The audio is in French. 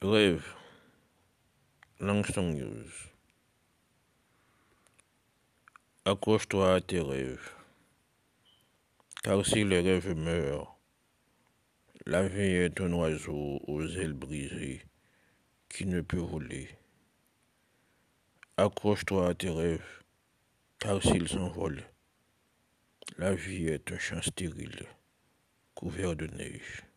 Rêve, Langston Hughes. Accroche-toi à tes rêves, car si les rêves meurent, la vie est un oiseau aux ailes brisées qui ne peut voler. Accroche-toi à tes rêves, car s'ils s'envolent, la vie est un champ stérile, couvert de neige.